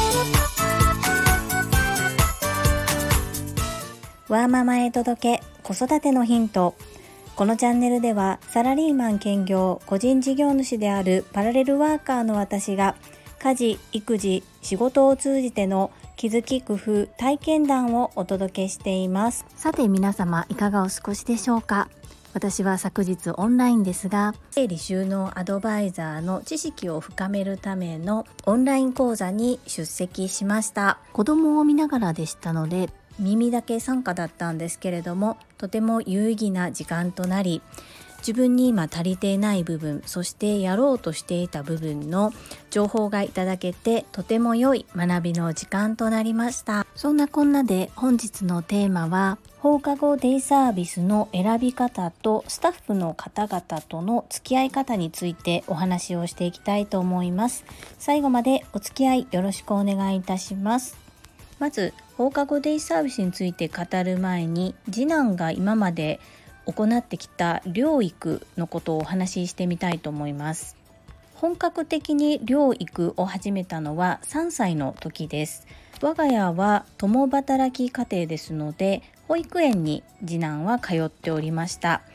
ワーママへ届け子育てのヒント。このチャンネルではサラリーマン兼業個人事業主であるパラレルワーカーの私が家事・育児・仕事を通じての気づき・工夫・体験談をお届けしています。さて皆様いかがお過ごしでしょうか。私は昨日オンラインですが、整理収納アドバイザーの知識を深めるためのオンライン講座に出席しました。子供を見ながらでしたので耳だけ参加だったんですけれども、とても有意義な時間となり、自分に今足りていない部分、そしてやろうとしていた部分の情報がいただけて、とても良い学びの時間となりました。そんなこんなで本日のテーマは、放課後デイサービスの選び方とスタッフの方々との付き合い方についてお話をしていきたいと思います。最後までお付き合いよろしくお願いいたします。まず放課後デイサービスについて語る前に、次男が今まで行ってきた療育のことをお話ししてみたいと思います。本格的に療育を始めたのは3歳の時です。我が家は共働き家庭ですので、保育園に次男は通っておりました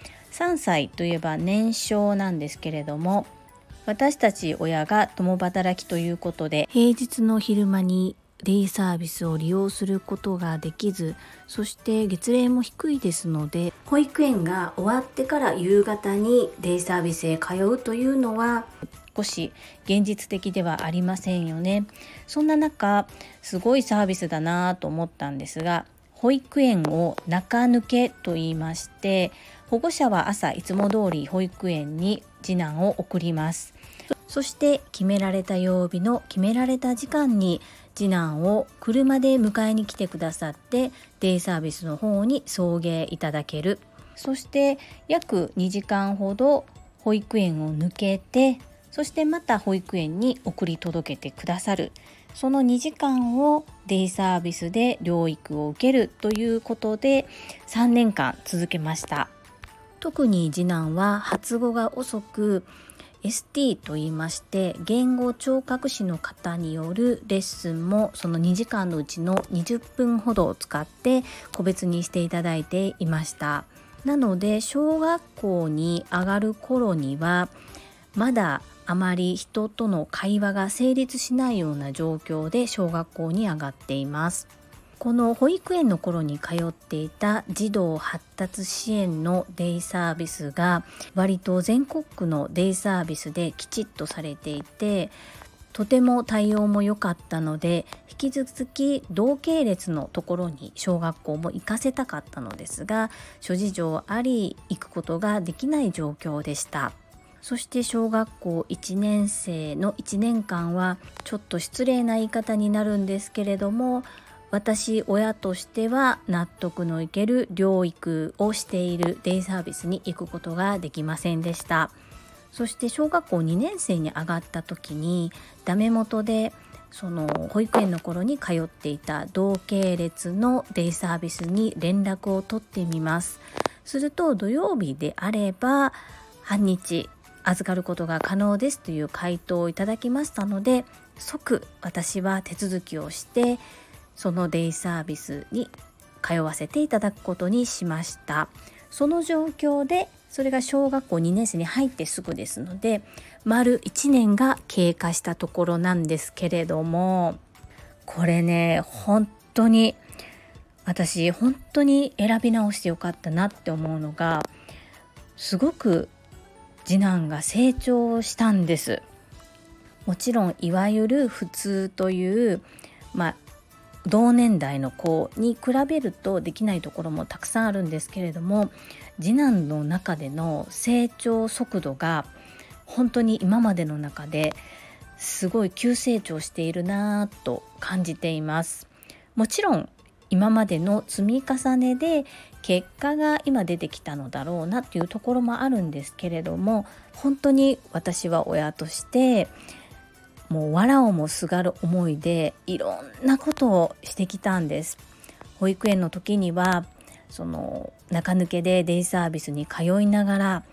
。3歳といえば年少なんですけれども、私たち親が共働きということで、平日の昼間にデイサービスを利用することができず、そして月齢も低いですので、保育園が終わってから夕方にデイサービスへ通うというのは少し現実的ではありませんよね。そんな中、すごいサービスだなと思ったんですが、保育園を中抜けと言いまして、保護者は朝いつも通り保育園に次男を送ります。そして決められた曜日の決められた時間に次男を車で迎えに来てくださって、デイサービスの方に送迎いただける。そして約2時間ほど保育園を抜けて、そしてまた保育園に送り届けてくださる。その2時間をデイサービスで療育を受けるということで3年間続けました。特に次男は発語が遅く、ST と言いまして言語聴覚士の方によるレッスンもその2時間のうちの20分ほどを使って個別にしていただいていました。なので小学校に上がる頃にはまだあまり人との会話が成立しないような状況で小学校に上がっています。この保育園の頃に通っていた児童発達支援のデイサービスが割と全国区のデイサービスできちっとされていて、とても対応も良かったので、引き続き同系列のところに小学校も行かせたかったのですが、諸事情あり行くことができない状況でした。そして小学校1年生の1年間はちょっと失礼な言い方になるんですけれども、私親としては納得のいける療育をしているデイサービスに行くことができませんでした。そして小学校2年生に上がった時にダメ元でその保育園の頃に通っていた同系列のデイサービスに連絡を取ってみます。すると土曜日であれば半日預かることが可能ですという回答をいただきましたので、即私は手続きをしてそのデイサービスに通わせていただくことにしました。その状況で、それが小学校2年生に入ってすぐですので、丸1年が経過したところなんですけれども、これね、本当に選び直してよかったなって思うのが、すごく次男が成長したんです。もちろんいわゆる普通という同年代の子に比べるとできないところもたくさんあるんですけれども、次男の中での成長速度が本当に今までの中ですごい急成長しているなと感じています。もちろん今までの積み重ねで結果が今出てきたのだろうなっていうところもあるんですけれども、本当に私は親としてもう藁をもすがる思いでいろんなことをしてきたんです。保育園の時にはその中抜けでデイサービスに通いながら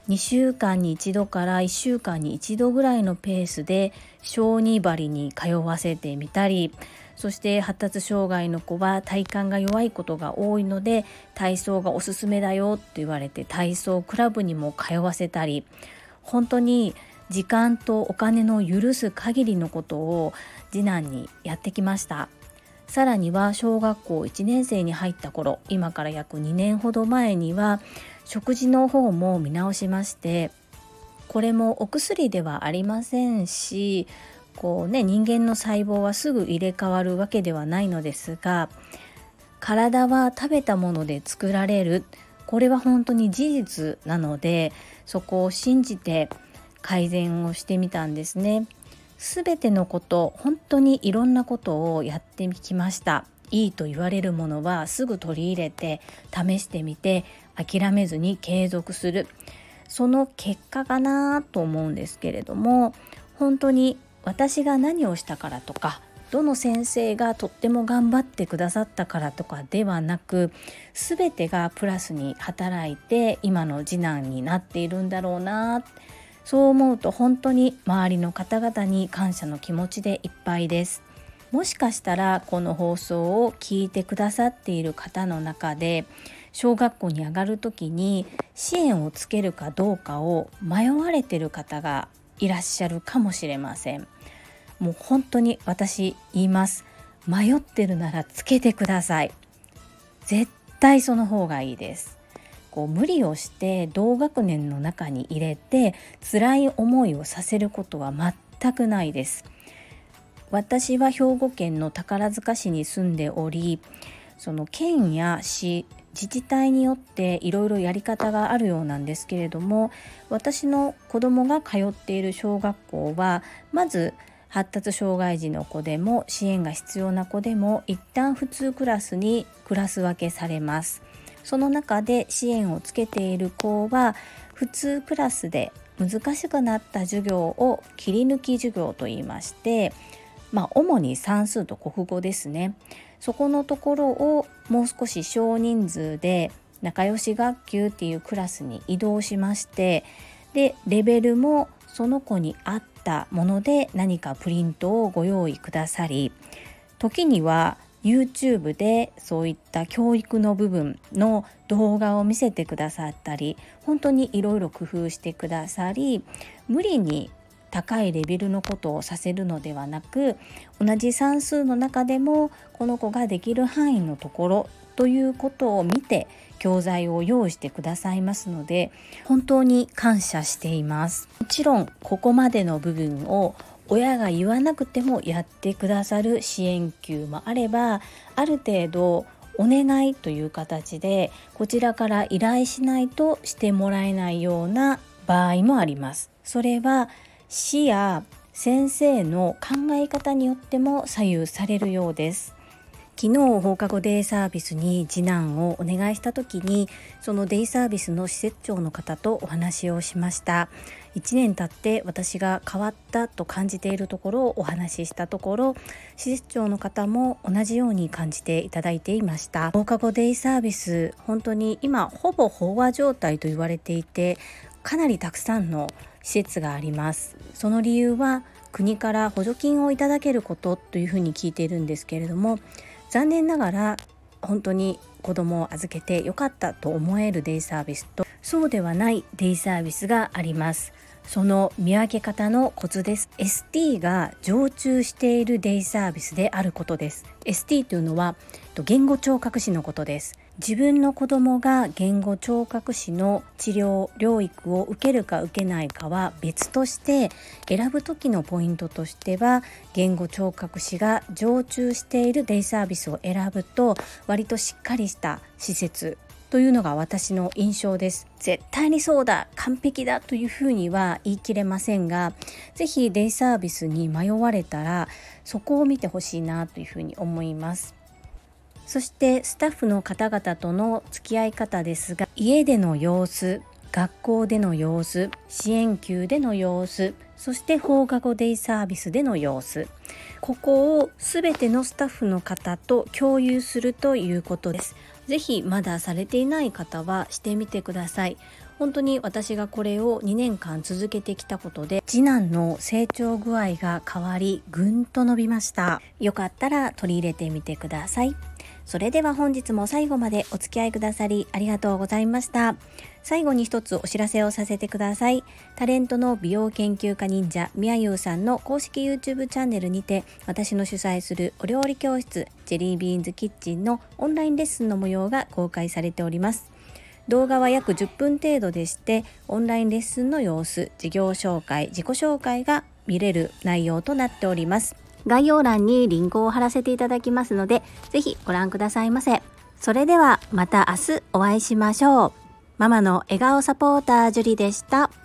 2週間に1度から1週間に1度ぐらいのペースで小児針に通わせてみたり、そして発達障害の子は体幹が弱いことが多いので体操がおすすめだよって言われて体操クラブにも通わせたり、本当に時間とお金の許す限りのことを次男にやってきました。さらには小学校1年生に入った頃、今から約2年ほど前には食事の方も見直しまして、これもお薬ではありませんし、人間の細胞はすぐ入れ替わるわけではないのですが、体は食べたもので作られる、これは本当に事実なので、そこを信じて改善をしてみたんですね。すべてのこと、本当にいろんなことをやってきました。いいと言われるものはすぐ取り入れて試してみて、諦めずに継続する、その結果かなと思うんですけれども、本当に私が何をしたからとか、どの先生がとっても頑張ってくださったからとかではなく、全てがプラスに働いて今の次男になっているんだろうな。そう思うと本当に周りの方々に感謝の気持ちでいっぱいです。もしかしたらこの放送を聞いてくださっている方の中で、小学校に上がる時に支援をつけるかどうかを迷われている方がいらっしゃるかもしれません。もう本当に私言います。迷ってるならつけてください。絶対その方がいいです。無理をして同学年の中に入れて辛い思いをさせることは全くないです。私は兵庫県の宝塚市に住んでおり、その県や市、自治体によっていろいろやり方があるようなんですけれども、私の子供が通っている小学校はまず発達障害児の子でも支援が必要な子でも一旦普通クラスにクラス分けされます。その中で支援をつけている子は普通クラスで難しくなった授業を切り抜き授業といいまして、主に算数と国語ですね。そこのところをもう少し少人数で仲良し学級っていうクラスに移動しまして、でレベルもその子に合ったもので何かプリントをご用意くださり、時にはYouTube でそういった教育の部分の動画を見せてくださったり、本当にいろいろ工夫してくださり、無理に高いレベルのことをさせるのではなく、同じ算数の中でもこの子ができる範囲のところということを見て教材を用意してくださいますので、本当に感謝しています。もちろんここまでの部分を親が言わなくてもやってくださる支援級もあれば、ある程度お願いという形でこちらから依頼しないとしてもらえないような場合もあります。それは市や先生の考え方によっても左右されるようです。昨日放課後デイサービスに次男をお願いした時に、そのデイサービスの施設長の方とお話をしました。1年経って私が変わったと感じているところをお話ししたところ、施設長の方も同じように感じていただいていました。放課後デイサービス、本当に今ほぼ飽和状態と言われていて、かなりたくさんの施設があります。その理由は国から補助金をいただけることというふうに聞いているんですけれども、残念ながら本当に子供を預けてよかったと思えるデイサービスと、そうではないデイサービスがあります。その見分け方のコツです。 ST が常駐しているデイサービスであることです。 ST というのは言語聴覚士のことです。自分の子供が言語聴覚士の治療療育を受けるか受けないかは別として、選ぶ時のポイントとしては言語聴覚士が常駐しているデイサービスを選ぶと割としっかりした施設というのが私の印象です。絶対にそうだ、完璧だというふうには言い切れませんが、ぜひデイサービスに迷われたらそこを見てほしいなというふうに思います。そしてスタッフの方々との付き合い方ですが、家での様子、学校での様子、支援級での様子、そして放課後デイサービスでの様子、ここをすべてのスタッフの方と共有するということです。ぜひまだされていない方はしてみてください。 本当に私がこれを2年間続けてきたことで次男の成長具合が変わりぐんと伸びました。よかったら取り入れてみてください。それでは本日も最後までお付き合いくださりありがとうございました。最後に一つお知らせをさせてください。タレントの美容研究家忍者みやゆうさんの公式 YouTube チャンネルにて、私の主催するお料理教室ジェリービーンズキッチンのオンラインレッスンの模様が公開されております。動画は約10分程度でして、オンラインレッスンの様子、事業紹介、自己紹介が見れる内容となっております。概要欄にリンクを貼らせていただきますので、ぜひご覧くださいませ。それではまた明日お会いしましょう。ママの笑顔サポータージュリでした。